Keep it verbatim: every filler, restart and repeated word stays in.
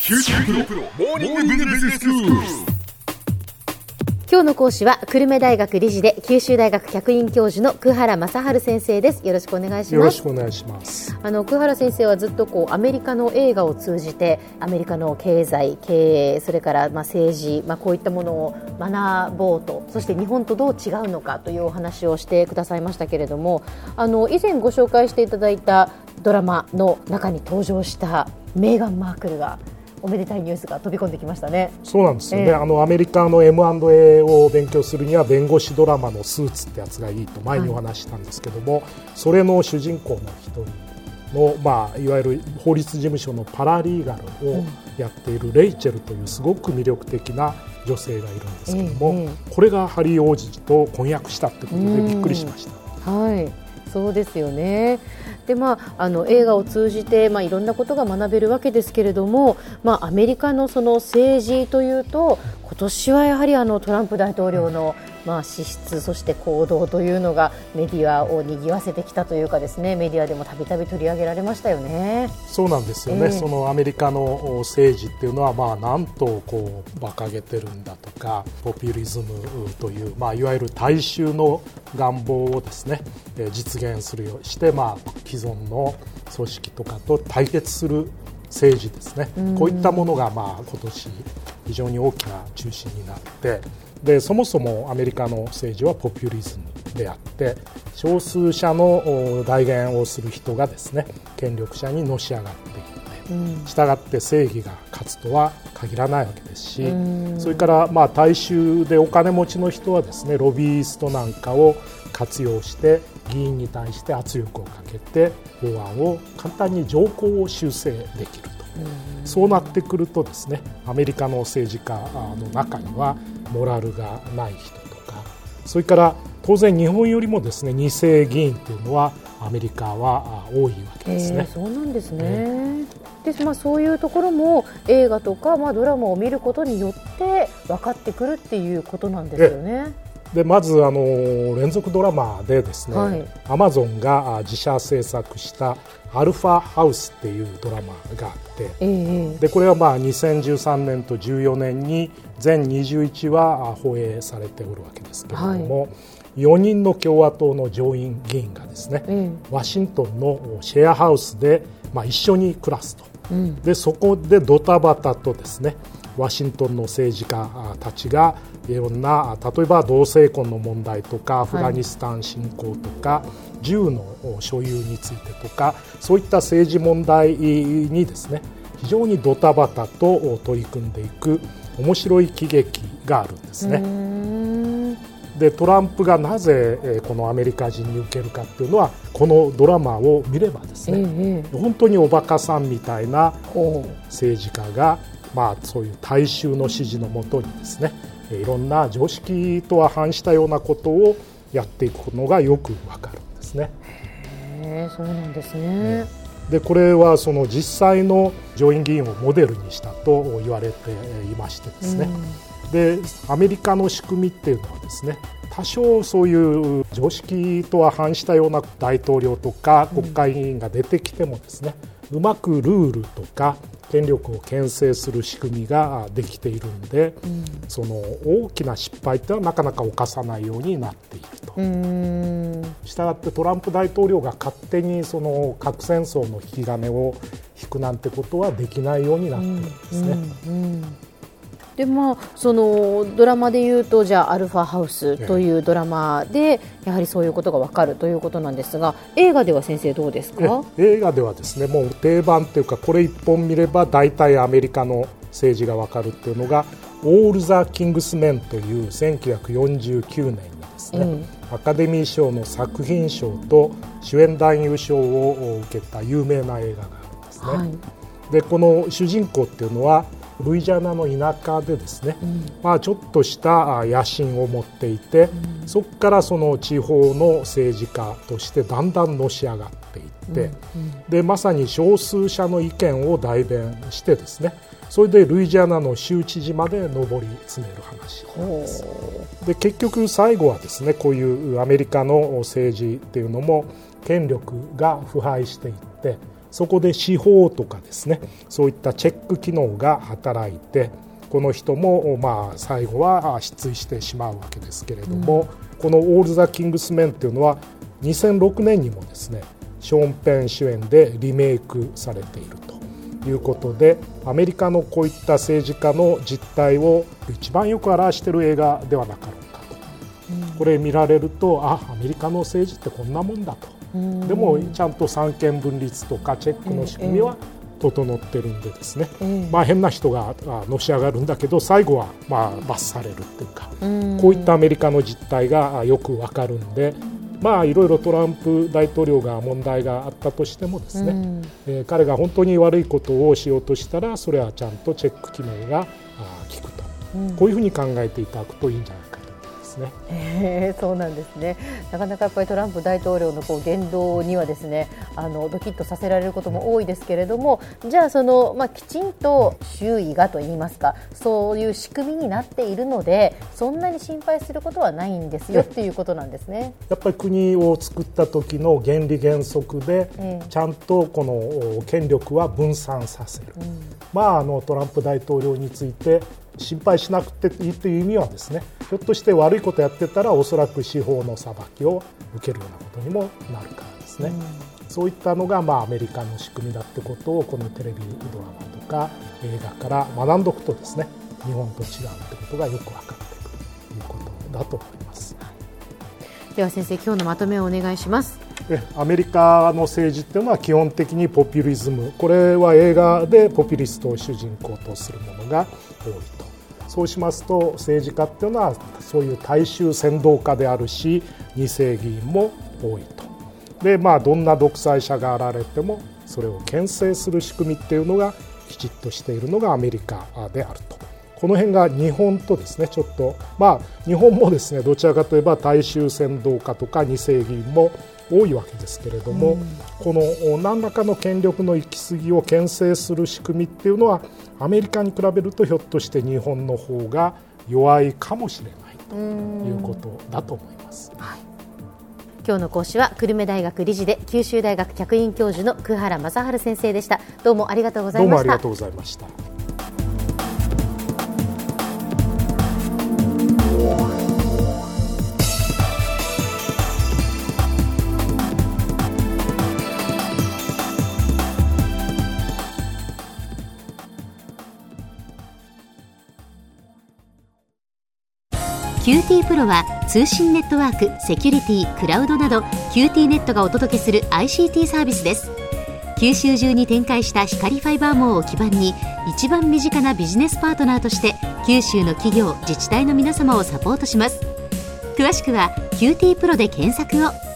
キューティープロモーニングビジネススクール。 今日の講師は久留米大学理事で九州大学客員教授の久原正治先生です。よろしくお願いします。 よろしくお願いします。 あの久原先生はずっとこうアメリカの映画を通じてアメリカの経済、経営、それからまあ政治、まあ、こういったものを学ぼうと、そして日本とどう違うのかというお話をしてくださいましたけれども、あの以前ご紹介していただいたドラマの中に登場したメーガン・マークルがおめでたいニュースが飛び込んできましたね。 そうなんですよね、 えー、 あのアメリカの エムアンドエー を勉強するには弁護士ドラマのスーツってやつがいいと前にお話したんですけども、はい、それの主人公の一人の、まあ、いわゆる法律事務所のパラリーガルをやっているレイチェルというすごく魅力的な女性がいるんですけども、えー、これがハリー王子と婚約したってことでびっくりしました。 はい、そうですよね。でまあ、あの映画を通じて、まあ、いろんなことが学べるわけですけれども、まあ、アメリカのその政治というと今年はやはりあのトランプ大統領の、まあ、資質そして行動というのがメディアを賑わせてきたというかですね、メディアでもたびたび取り上げられましたよね。 そうなんですよね、えー、そのアメリカの政治っていうのは、まあ、なんとこう馬鹿げてるんだとかポピュリズムという、まあ、いわゆる大衆の願望をですね実現するようにして、まあ、既存の組織とかと対決する政治ですね、こういったものが、まあ、今年非常に大きな中心になって、でそもそもアメリカの政治はポピュリズムであって少数者の代言をする人がですね権力者にのし上がっていって、うん、従って正義が勝つとは限らないわけですし、それからまあ大衆でお金持ちの人はですねロビーストなんかを活用して議員に対して圧力をかけて法案を簡単に条項を修正できると。そうなってくるとですねアメリカの政治家の中にはモラルがない人とか、それから当然日本よりもですね二世議員というのはアメリカは多いわけですね。 えー、そうなんですね。でまあ、そういうところも映画とか、まあ、ドラマを見ることによって分かってくるっていうことなんですよね。 でまずあの連続ドラマでですね、はい、アマゾンが自社制作したアルファハウスっていうドラマがあって、えー、でこれはまあにせんじゅうさんねんとじゅうよねんに全にじゅういちわ放映されておるわけですけれども、はい、よにんの共和党の上院議員がですね、うん、ワシントンのシェアハウスで、まあ、一緒に暮らすと、うん、でそこでドタバタとですねワシントンの政治家たちがいろんな例えば同性婚の問題とかアフガニスタン侵攻とか、はい、銃の所有についてとかそういった政治問題にですね非常にドタバタと取り組んでいく面白い喜劇があるんですね。でトランプがなぜこのアメリカ人に受けるかっていうのはこのドラマを見ればですね、ええ、本当におバカさんみたいな政治家がまあ、そういう大衆の支持のもとにですねいろんな常識とは反したようなことをやっていくのがよくわかるんですね。 へー、そうなんですね。 でこれはその実際の上院議員をモデルにしたと言われていましてですね、うん、でアメリカの仕組みっていうのはですね多少そういう常識とは反したような大統領とか国会議員が出てきてもですね、うん、うまくルールとか権力を牽制する仕組みができているので、うん、その大きな失敗というのはなかなか犯さないようになっていると。うーん、したがってトランプ大統領が勝手にその核戦争の引き金を引くなんてことはできないようになっているんですね。うんうんうん、 でまあ、そのドラマでいうとじゃあアルファハウスというドラマでやはりそういうことが分かるということなんですが、映画では先生どうですか？ 映画ではですねもう定番というかこれ一本見れば大体アメリカの政治が分かるというのがオール・ザ・キングスメンというせんきゅうひゃくよんじゅうきゅうねんにですね、うん、アカデミー賞の作品賞と主演男優賞を受けた有名な映画があるんですね。はい、でこの主人公っていうのはルイジアナの田舎でですね、うんまあ、ちょっとした野心を持っていて、うん、そこからその地方の政治家としてだんだんのし上がっていって、うんうん、でまさに少数者の意見を代弁してですねそれでルイジアナの州知事まで上り詰める話なんです。で結局最後はですねこういうアメリカの政治っていうのも権力が腐敗していってそこで司法とかですね、そういったチェック機能が働いて、この人もまあ最後は失墜してしまうわけですけれども、うん、このオール・ザ・キングス・メンというのはにせんろくねんにもですね、ショーン・ペン主演でリメイクされているということで、アメリカのこういった政治家の実態を一番よく表している映画ではなかろうかと、うん、これ見られると、あ、アメリカの政治ってこんなもんだと、うん、でもちゃんと三権分立とかチェックの仕組みは整ってるんでですね、うん、まあ、変な人がのし上がるんだけど最後はまあ罰されるっていうか、うん、こういったアメリカの実態がよくわかるんで、まあ、いろいろトランプ大統領が問題があったとしてもですね、うん、えー、彼が本当に悪いことをしようとしたらそれはちゃんとチェック機能が効くと、うん、こういうふうに考えていただくといいんじゃないかと思いますね。 えー、そうなんですね。なかなかやっぱりトランプ大統領のこう言動にはですね、あのドキッとさせられることも多いですけれども、じゃあその、まあ、きちんと周囲がといいますか、そういう仕組みになっているのでそんなに心配することはないんですよっていうことなんですね。 やっぱり国を作った時の原理原則で、えー、ちゃんとこの権力は分散させる、うん、まあ、あのトランプ大統領について心配しなくていいという意味はですね、ひょっとして悪いことやってたらおそらく司法の裁きを受けるようなことにもなるからですね、うん、そういったのがまあアメリカの仕組みだってことをこのテレビドラマとか映画から学んでおくとですね、日本と違うってことがよく分かってくるということだと思います。 では先生、今日のまとめをお願いします。 アメリカの政治っていうのは基本的にポピュリズム、これは映画でポピュリストを主人公とするものが多いと。そうしますと政治家っていうのはそういう大衆扇動家であるし、に世議員も多いと。で、まあ、どんな独裁者が現れてもそれを牽制する仕組みっていうのがきちっとしているのがアメリカであると。この辺が日本とですね、ちょっと、まあ、日本もですね、どちらかといえば大衆扇動家とかに世議員も多いわけですけれども、うん、この何らかの権力の行き過ぎを牽制する仕組みっていうのはアメリカに比べるとひょっとして日本の方が弱いかもしれないということだと思います。はい、 今日の講師は久留米大学理事で九州大学客員教授の久原正治先生でした。どうもありがとうございました。 どうもありがとうございました。 キューティー プロは通信ネットワーク、セキュリティ、クラウドなど キューティー ネットがお届けする アイシーティー サービスです。九州中に展開した光ファイバー網を基盤に一番身近なビジネスパートナーとして九州の企業、自治体の皆様をサポートします。詳しくは キューティー プロで検索を。